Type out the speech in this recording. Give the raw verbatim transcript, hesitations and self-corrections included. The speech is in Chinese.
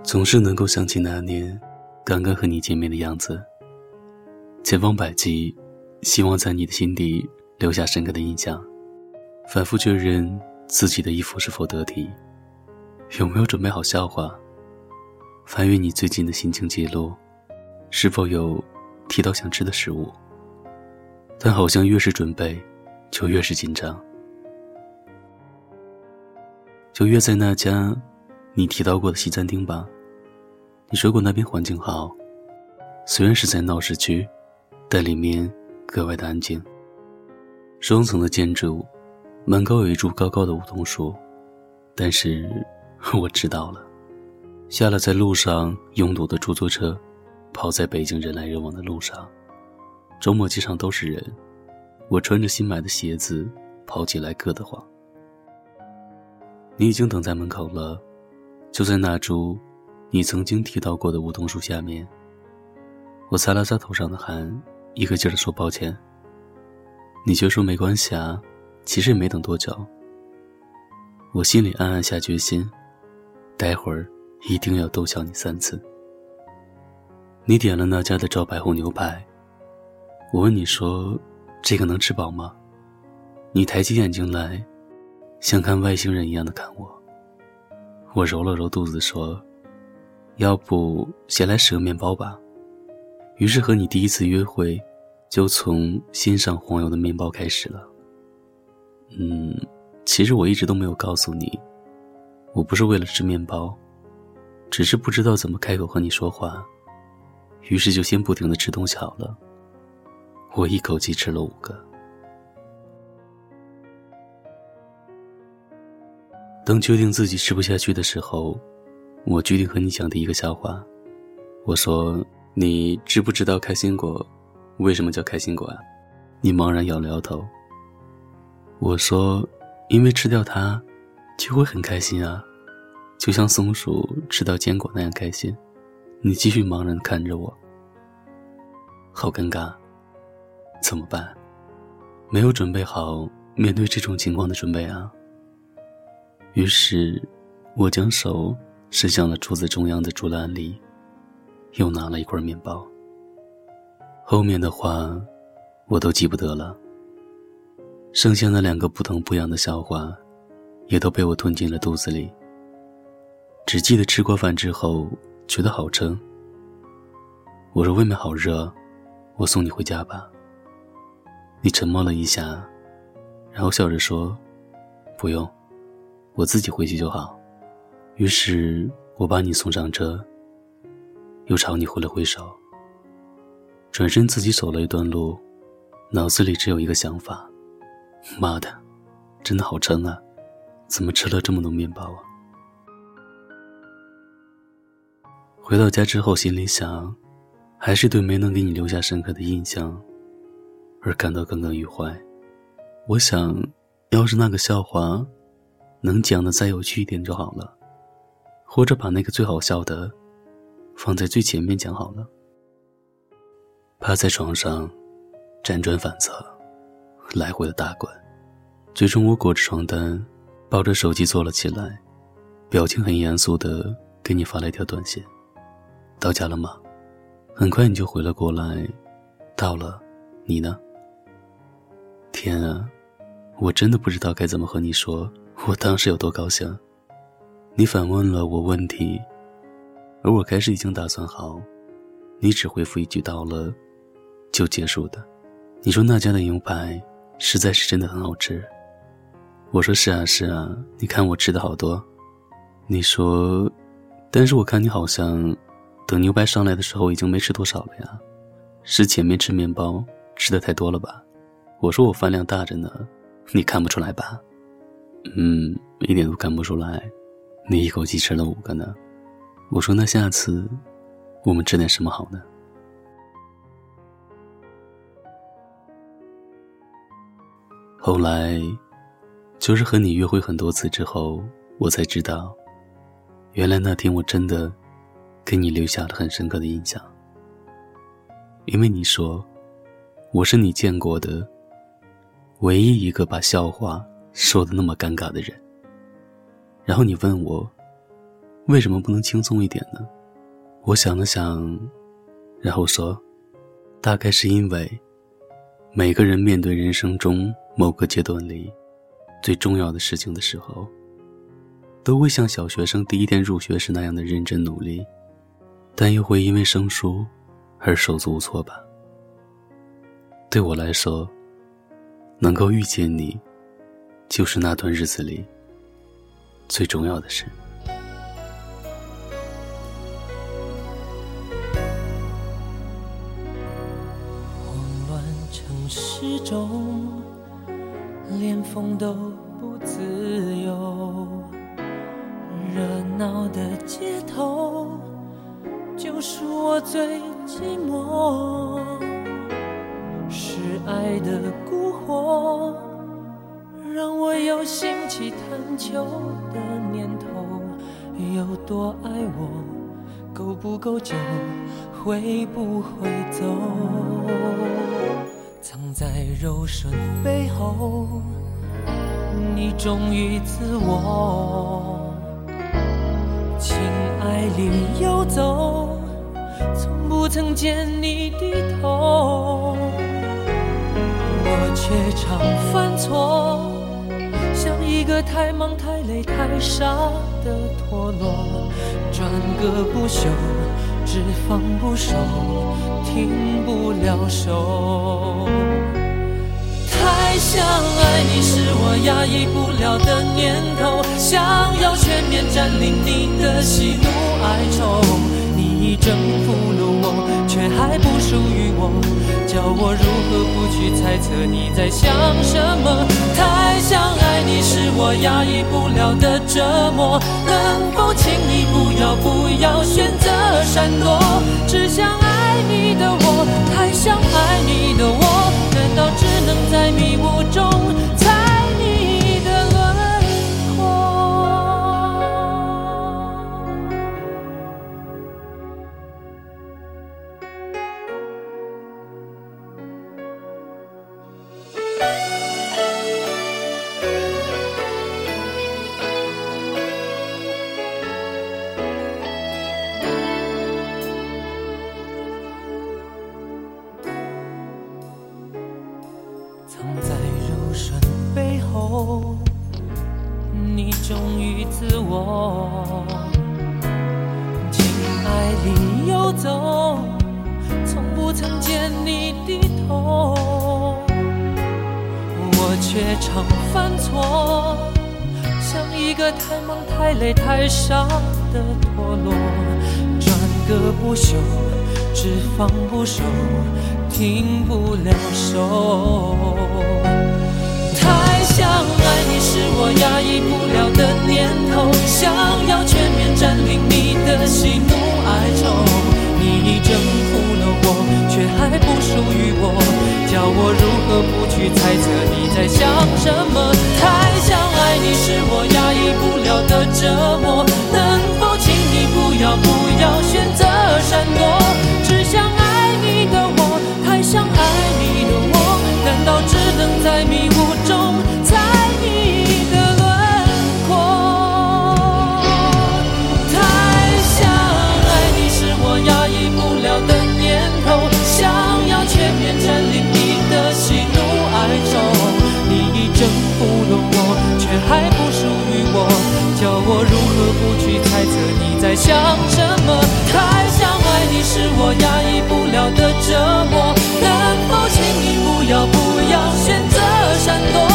总是能够想起那年刚刚和你见面的样子，千方百计希望在你的心底留下深刻的印象，反复确认自己的衣服是否得体，有没有准备好笑话，翻阅你最近的心情记录，是否有提到想吃的食物。但好像越是准备就越是紧张。就约在那家你提到过的西餐厅吧，你说过那边环境好，虽然是在闹市区，但里面格外的安静。双层的建筑，门口有一株高高的梧桐树，但是我知道了，下了在路上拥堵的出租车，跑在北京人来人往的路上，周末街上都是人，我穿着新买的鞋子跑起来硌得慌。你已经等在门口了，就在那株你曾经提到过的梧桐树下面。我擦了擦头上的汗，一个劲儿地说抱歉。你却说没关系啊，其实也没等多久。我心里暗暗下决心，待会儿一定要逗笑你三次。你点了那家的招牌红牛排，我问你说这个能吃饱吗？你抬起眼睛来，像看外星人一样的看我。我揉了揉肚子说，要不先来吃个面包吧。于是和你第一次约会就从欣赏黄油的面包开始了。嗯，其实我一直都没有告诉你，我不是为了吃面包，只是不知道怎么开口和你说话，于是就先不停地吃东西好了。我一口气吃了五个。当确定自己吃不下去的时候，我决定和你讲第一个笑话。我说，你知不知道开心果为什么叫开心果啊？你茫然摇了摇头。我说，因为吃掉它就会很开心啊，就像松鼠吃到坚果那样开心。你继续茫然地看着我。好尴尬，怎么办？没有准备好面对这种情况的准备啊。于是我将手伸向了桌子中央的竹篮里，又拿了一块面包。后面的话我都记不得了，剩下那两个不疼不痒的笑话也都被我吞进了肚子里。只记得吃过饭之后觉得好撑。我说外面好热，我送你回家吧。你沉默了一下，然后笑着说，不用，我自己回去就好。于是我把你送上车，又朝你挥了挥手，转身自己走了一段路，脑子里只有一个想法，妈的，真的好撑啊，怎么吃了这么多面包啊。回到家之后心里想，还是对没能给你留下深刻的印象而感到耿耿于怀。我想要是那个笑话能讲得再有趣一点就好了，或者把那个最好笑的放在最前面讲好了。趴在床上辗转反侧，来回的打滚，最终我裹着床单抱着手机坐了起来，表情很严肃的给你发了一条短信，到家了吗？很快你就回了过来，到了，你呢？天啊，我真的不知道该怎么和你说我当时有多高兴。你反问了我问题，而我开始已经打算好，你只回复一句到了就结束的。你说那家的牛排实在是真的很好吃。我说是啊是啊，你看我吃的好多。你说，但是我看你好像等牛排上来的时候已经没吃多少了呀，是前面吃面包吃的太多了吧？我说我饭量大着呢，你看不出来吧？嗯，一点都看不出来，你一口气吃了五个呢。我说那下次我们吃点什么好呢？后来就是和你约会很多次之后，我才知道，原来那天我真的给你留下了很深刻的印象。因为你说我是你见过的唯一一个把笑话说得那么尴尬的人。然后你问我， 为什么不能轻松一点呢？我想了想，然后说，大概是因为每个人面对人生中某个阶段里最重要的事情的时候，都会像小学生第一天入学时那样的认真努力，但又会因为生疏而手足无措吧。对我来说，能够遇见你，就是那段日子里最重要的事。 慌乱城市中，连风都不自由，热闹的街头就是我最寂寞，是爱的蛊惑让我有兴起探求的念头，有多爱我，够不够久，会不会走，藏在柔顺背后，你忠于自我，情爱里游走，从不曾见你低头，我却常犯错，像一个太忙太累太傻的陀螺，转个不休，只放不收，停不了手。太想爱你是我压抑不了的念头，想要全面占领你的喜怒哀愁，你已征服了我，却还不属于我，叫我如何不去猜测你在想什么。太想爱你是我压抑不了的折磨，能否请你不要不要选择闪躲，只想爱你的我，太想爱你的我，难道只能在迷雾中猜你的轮廓。藏在柔顺背后，你忠于自我，情爱里游走，从不曾见你低头，我却常犯错，像一个太忙太累太傻的陀螺，转个不休，只放不收，停不了手。太想爱你是我压抑不了的念头，想要全面占领你的喜怒哀愁，你已征服了我，却还不属于我，叫我如何不去猜测你在想什么。太想爱你是我压抑不了的折磨，能否请你不要不要选择闪躲，只想爱你的我，太想爱你的我，难道只能在迷雾中猜你的轮廓。太想爱你是我压抑不了的念头，想要全面占领你的喜怒哀愁，你已征服了我，却还不属于我，叫我如何不去猜测你在想什么。太想爱你是我压抑不了的折磨，能否请你不要不要选择闪躲，